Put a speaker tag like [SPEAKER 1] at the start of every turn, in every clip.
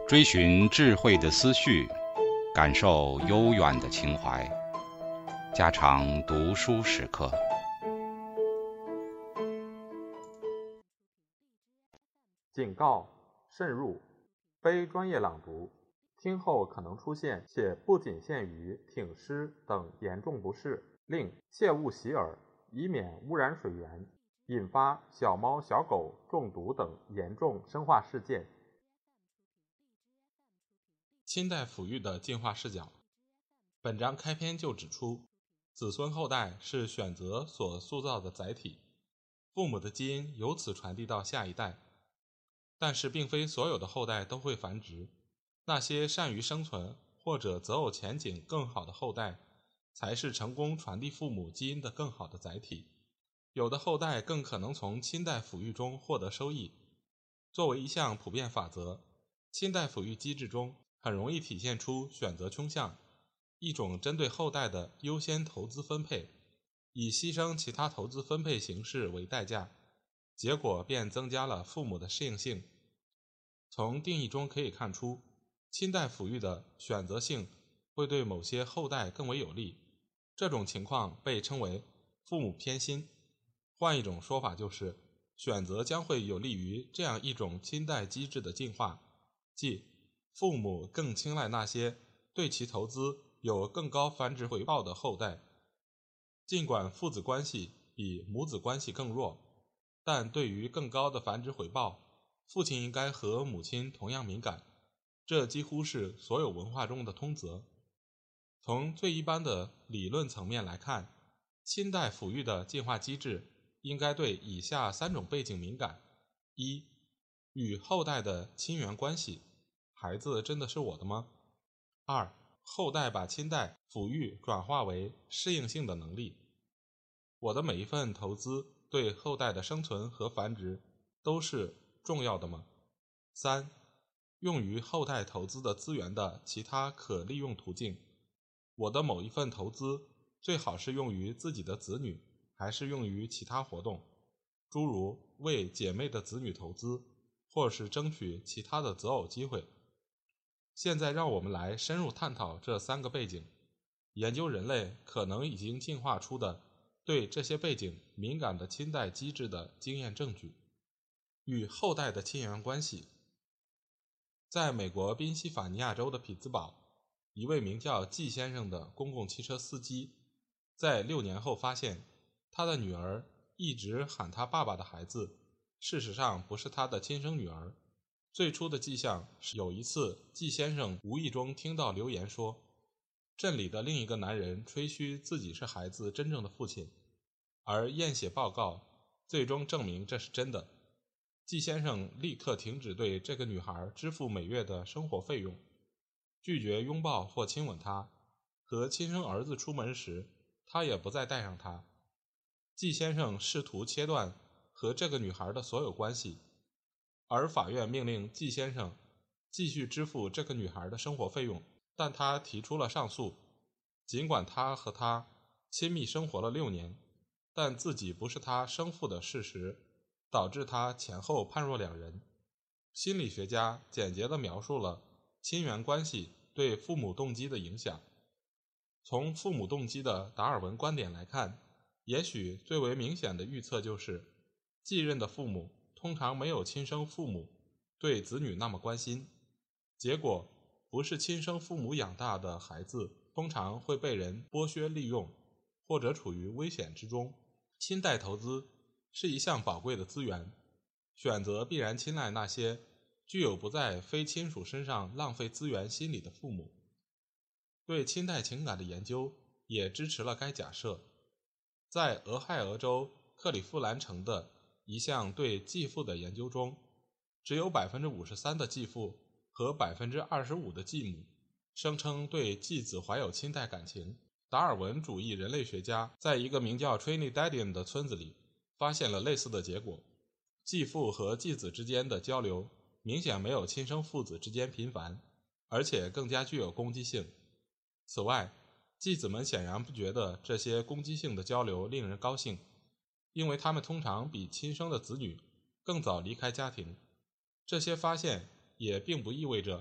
[SPEAKER 1] 追寻智慧的思绪，感受悠远的情怀。家常读书时刻。
[SPEAKER 2] 警告：慎入，非专业朗读，听后可能出现且不仅限于挺尸等严重不适，另切勿洗耳，以免污染水源，引发小猫小狗中毒等严重生化事件。
[SPEAKER 3] 清代抚育的进化视角。本章开篇就指出，子孙后代是选择所塑造的载体，父母的基因由此传递到下一代。但是并非所有的后代都会繁殖，那些善于生存或者择偶前景更好的后代，才是成功传递父母基因的更好的载体。有的后代更可能从亲代抚育中获得收益。作为一项普遍法则，亲代抚育机制中很容易体现出选择倾向，一种针对后代的优先投资分配，以牺牲其他投资分配形式为代价，结果便增加了父母的适应性。从定义中可以看出，亲代抚育的选择性会对某些后代更为有利，这种情况被称为父母偏心。换一种说法就是，选择将会有利于这样一种亲代机制的进化，即父母更青睐那些对其投资有更高繁殖回报的后代。尽管父子关系比母子关系更弱，但对于更高的繁殖回报，父亲应该和母亲同样敏感，这几乎是所有文化中的通则。从最一般的理论层面来看，亲代抚育的进化机制应该对以下三种背景敏感：一、与后代的亲缘关系，孩子真的是我的吗？二、后代把亲代抚育转化为适应性的能力，我的每一份投资对后代的生存和繁殖都是重要的吗？三、用于后代投资的资源的其他可利用途径，我的某一份投资最好是用于自己的子女，还是用于其他活动，诸如为姐妹的子女投资，或是争取其他的择偶机会。现在让我们来深入探讨这三个背景，研究人类可能已经进化出的对这些背景敏感的亲代机制的经验证据。与后代的亲缘关系。在美国宾夕法尼亚州的匹兹堡，一位名叫季先生的公共汽车司机，在6年后发现，他的女儿一直喊他爸爸的孩子，事实上不是他的亲生女儿。最初的迹象是有一次季先生无意中听到流言说，镇里的另一个男人吹嘘自己是孩子真正的父亲，而验血报告最终证明这是真的。季先生立刻停止对这个女孩支付每月的生活费用，拒绝拥抱或亲吻她，和亲生儿子出门时，他也不再带上她。季先生试图切断和这个女孩的所有关系，而法院命令季先生继续支付这个女孩的生活费用，但他提出了上诉。尽管他和她亲密生活了6年，但自己不是他生父的事实导致他前后判若两人。心理学家简洁地描述了亲缘关系对父母动机的影响。从父母动机的达尔文观点来看，也许最为明显的预测就是，继任的父母通常没有亲生父母对子女那么关心，结果不是亲生父母养大的孩子通常会被人剥削利用，或者处于危险之中。亲代投资是一项宝贵的资源，选择必然青睐那些具有不在非亲属身上浪费资源心理的父母。对亲代情感的研究也支持了该假设。在俄亥俄州克里夫兰城的一项对继父的研究中，只有 53% 的继父和 25% 的继母声称对继子怀有亲代感情。达尔文主义人类学家在一个名叫 Trinidadian 的村子里发现了类似的结果，继父和继子之间的交流明显没有亲生父子之间频繁，而且更加具有攻击性。此外，继子们显然不觉得这些攻击性的交流令人高兴，因为他们通常比亲生的子女更早离开家庭。这些发现也并不意味着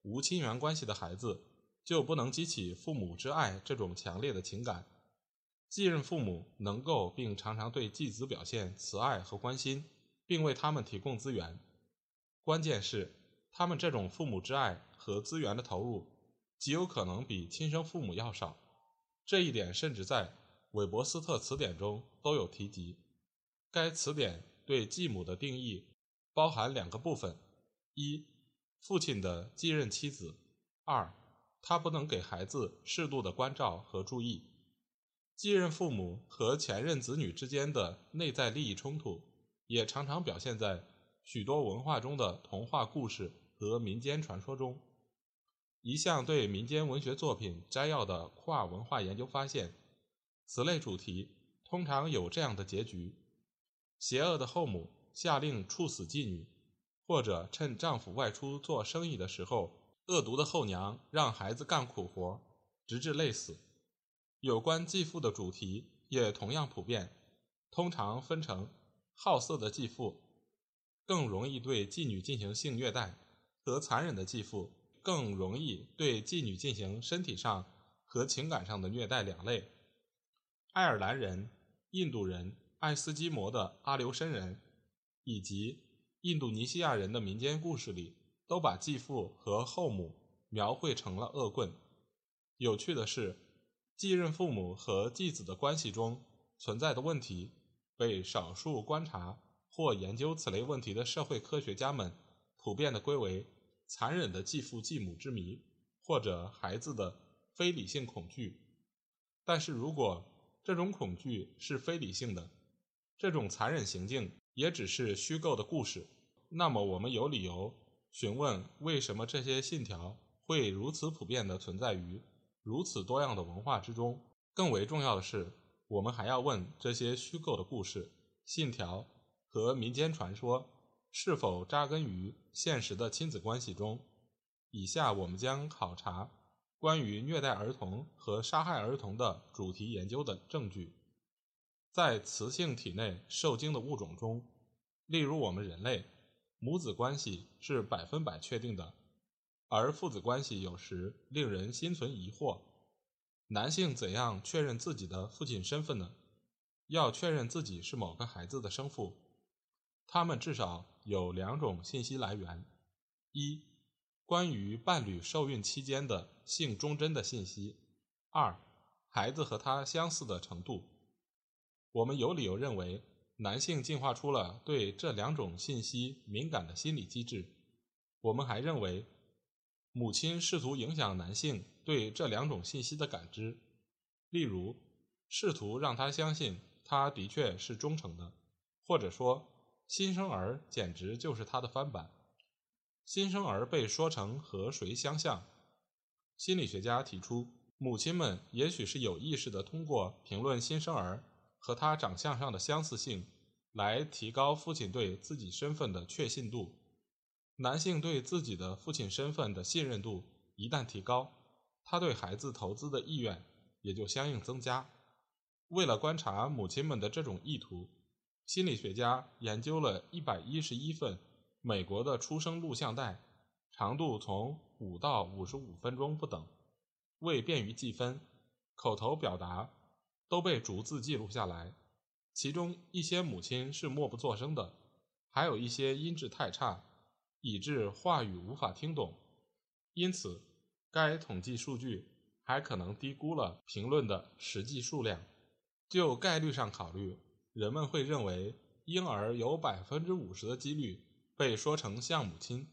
[SPEAKER 3] 无亲缘关系的孩子就不能激起父母之爱这种强烈的情感。继任父母能够并常常对继子表现慈爱和关心，并为他们提供资源。关键是，他们这种父母之爱和资源的投入极有可能比亲生父母要少。这一点甚至在韦伯斯特词典中都有提及。该词典对继母的定义包含2个部分：一、父亲的继任妻子；二、他不能给孩子适度的关照和注意。继任父母和前任子女之间的内在利益冲突，也常常表现在许多文化中的童话故事和民间传说中。一项对民间文学作品摘要的跨文化研究发现，此类主题通常有这样的结局：邪恶的后母下令处死继女，或者趁丈夫外出做生意的时候，恶毒的后娘让孩子干苦活，直至累死。有关继父的主题也同样普遍，通常分成好色的继父更容易对继女进行性虐待，和残忍的继父更容易对继女进行身体上和情感上的虐待2类。爱尔兰人、印度人、爱斯基摩的阿留申人以及印度尼西亚人的民间故事里，都把继父和后母描绘成了恶棍。有趣的是，继任父母和继子的关系中存在的问题，被少数观察或研究此类问题的社会科学家们普遍地归为残忍的继父继母之谜，或者孩子的非理性恐惧。但是如果这种恐惧是非理性的，这种残忍行径也只是虚构的故事，那么我们有理由询问，为什么这些信条会如此普遍地存在于如此多样的文化之中？更为重要的是，我们还要问，这些虚构的故事、信条和民间传说是否扎根于现实的亲子关系中？以下我们将考察关于虐待儿童和杀害儿童的主题研究的证据。在雌性体内受精的物种中，例如我们人类，母子关系是100%确定的，而父子关系有时令人心存疑惑。男性怎样确认自己的父亲身份呢？要确认自己是某个孩子的生父，他们至少有2种信息来源：一、关于伴侣受孕期间的性忠贞的信息；二、孩子和他相似的程度。我们有理由认为，男性进化出了对这2种信息敏感的心理机制。我们还认为，母亲试图影响男性对这2种信息的感知，例如试图让他相信他的确是忠诚的，或者说新生儿简直就是他的翻版。新生儿被说成和谁相像，心理学家提出，母亲们也许是有意识地通过评论新生儿和他长相上的相似性来提高父亲对自己身份的确信度。男性对自己的父亲身份的信任度一旦提高，他对孩子投资的意愿也就相应增加。为了观察母亲们的这种意图，心理学家研究了111份美国的出生录像带，长度从5到55分钟不等。为便于记分，口头表达都被逐字记录下来，其中一些母亲是默不作声的，还有一些音质太差，以致话语无法听懂。因此，该统计数据还可能低估了评论的实际数量。就概率上考虑，人们会认为婴儿有 50% 的几率被说成像母亲，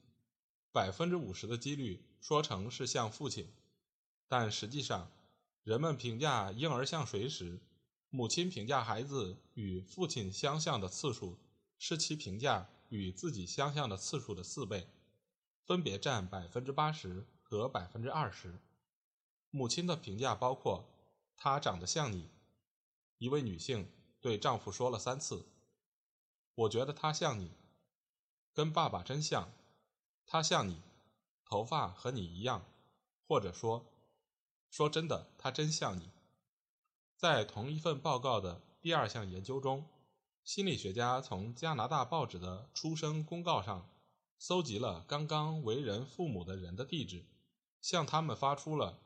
[SPEAKER 3] 50% 的几率说成是像父亲。但实际上，人们评价婴儿像谁时，母亲评价孩子与父亲相像的次数是其评价与自己相像的次数的4倍，分别占 80% 和 20%。 母亲的评价包括她长得像你。一位女性对丈夫说了3次，我觉得她像你，跟爸爸真像，她像你，头发和你一样，或者说真的，她真像你。在同一份报告的第2项研究中，心理学家从加拿大报纸的出生公告上搜集了刚刚为人父母的人的地址，向他们发出了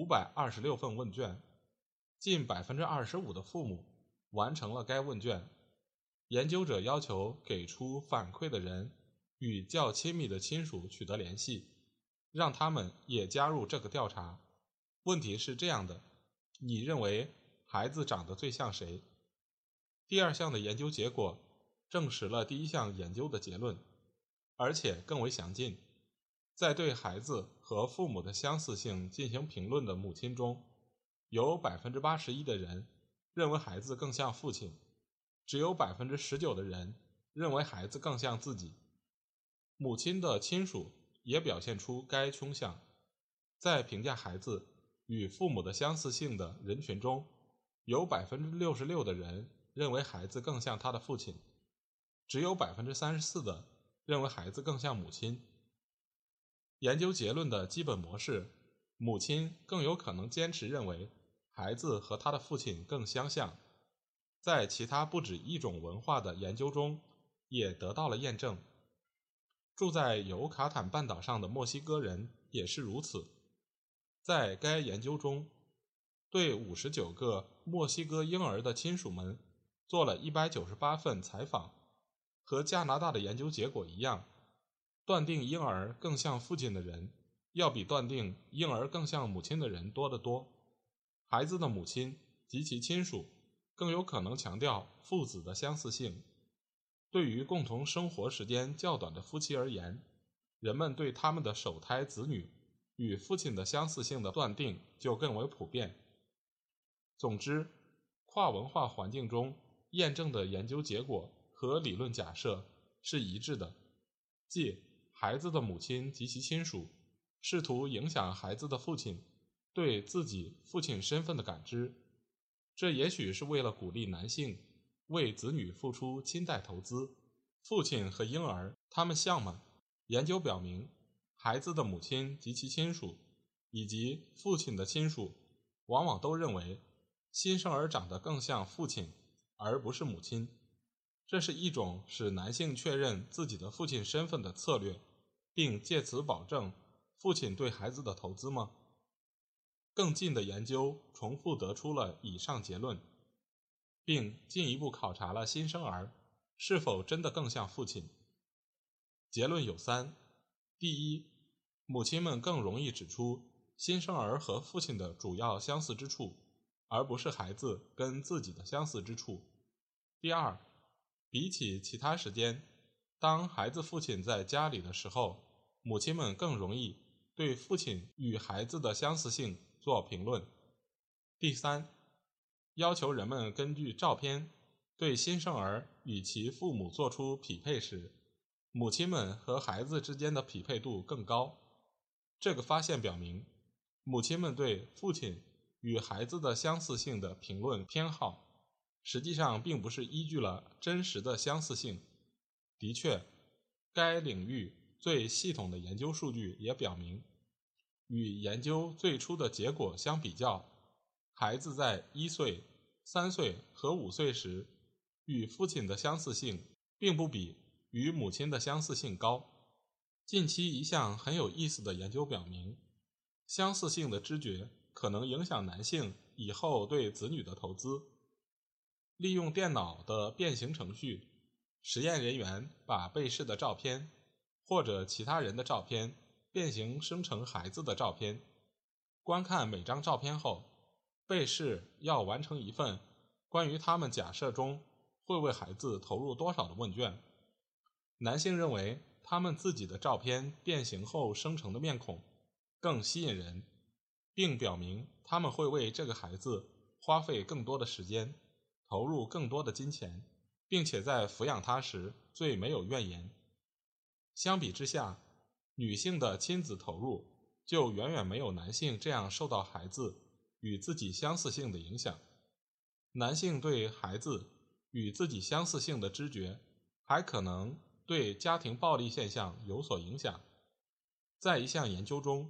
[SPEAKER 3] 526份问卷，近 25% 的父母完成了该问卷。研究者要求给出反馈的人与较亲密的亲属取得联系，让他们也加入这个调查。问题是这样的，你认为孩子长得最像谁？第二项的研究结果证实了第一项研究的结论，而且更为详尽。在对孩子和父母的相似性进行评论的母亲中，有 81% 的人认为孩子更像父亲，只有 19% 的人认为孩子更像自己。母亲的亲属也表现出该倾向。在评价孩子与父母的相似性的人群中，有 66% 的人认为孩子更像他的父亲，只有 34% 的认为孩子更像母亲。研究结论的基本模式，母亲更有可能坚持认为孩子和他的父亲更相像，在其他不止一种文化的研究中也得到了验证。住在尤卡坦半岛上的墨西哥人也是如此。在该研究中，对59个墨西哥婴儿的亲属们做了198份采访，和加拿大的研究结果一样，断定婴儿更像父亲的人要比断定婴儿更像母亲的人多得多。孩子的母亲及其亲属更有可能强调父子的相似性。对于共同生活时间较短的夫妻而言，人们对他们的首胎子女与父亲的相似性的断定就更为普遍。总之，跨文化环境中验证的研究结果和理论假设是一致的，即孩子的母亲及其亲属试图影响孩子的父亲对自己父亲身份的感知。这也许是为了鼓励男性为子女付出亲代投资。父亲和婴儿，他们像吗？研究表明，孩子的母亲及其亲属以及父亲的亲属往往都认为新生儿长得更像父亲而不是母亲。这是一种使男性确认自己的父亲身份的策略，并借此保证父亲对孩子的投资吗？更近的研究重复得出了以上结论，并进一步考察了新生儿是否真的更像父亲。结论有3：第一，母亲们更容易指出新生儿和父亲的主要相似之处，而不是孩子跟自己的相似之处。第二，比起其他时间，当孩子父亲在家里的时候，母亲们更容易对父亲与孩子的相似性做评论。第三，要求人们根据照片对新生儿与其父母做出匹配时，母亲们和孩子之间的匹配度更高。这个发现表明，母亲们对父亲与孩子的相似性的评论偏好，实际上并不是依据了真实的相似性。的确，该领域最系统的研究数据也表明，与研究最初的结果相比较，孩子在1岁、3岁和5岁时与父亲的相似性并不比与母亲的相似性高。近期一项很有意思的研究表明，相似性的知觉可能影响男性以后对子女的投资。利用电脑的变形程序，实验人员把被试的照片或者其他人的照片变形生成孩子的照片。观看每张照片后，被试要完成一份关于他们假设中会为孩子投入多少的问卷。男性认为他们自己的照片变形后生成的面孔更吸引人，并表明他们会为这个孩子花费更多的时间，投入更多的金钱，并且在抚养他时最没有怨言。相比之下，女性的亲子投入就远远没有男性这样受到孩子与自己相似性的影响。男性对孩子与自己相似性的知觉还可能对家庭暴力现象有所影响。在一项研究中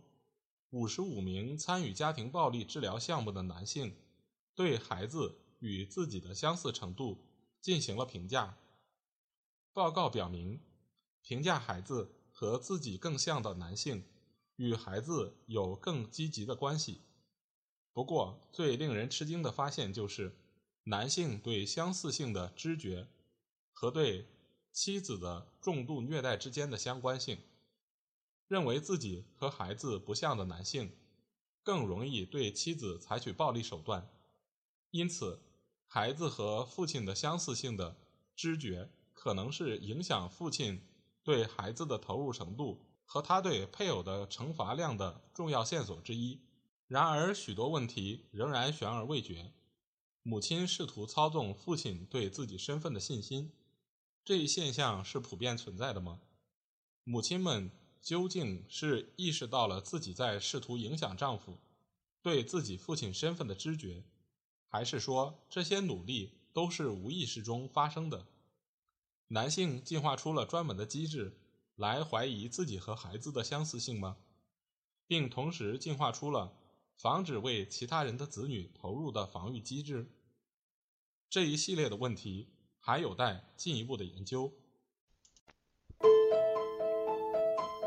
[SPEAKER 3] ，55名参与家庭暴力治疗项目的男性对孩子与自己的相似程度进行了评价。报告表明，评价孩子和自己更像的男性与孩子有更积极的关系。不过，最令人吃惊的发现就是男性对相似性的知觉和对妻子的重度虐待之间的相关性。认为自己和孩子不像的男性更容易对妻子采取暴力手段，因此孩子和父亲的相似性的知觉可能是影响父亲对孩子的投入程度和他对配偶的惩罚量的重要线索之一。然而许多问题仍然悬而未决。母亲试图操纵父亲对自己身份的信心，这一现象是普遍存在的吗？母亲们究竟是意识到了自己在试图影响丈夫对自己父亲身份的知觉，还是说这些努力都是无意识中发生的？男性进化出了专门的机制来怀疑自己和孩子的相似性吗？并同时进化出了防止为其他人的子女投入的防御机制？这一系列的问题还有待进一步的研究。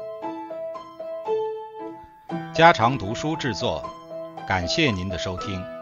[SPEAKER 1] 家常读书制作，感谢您的收听。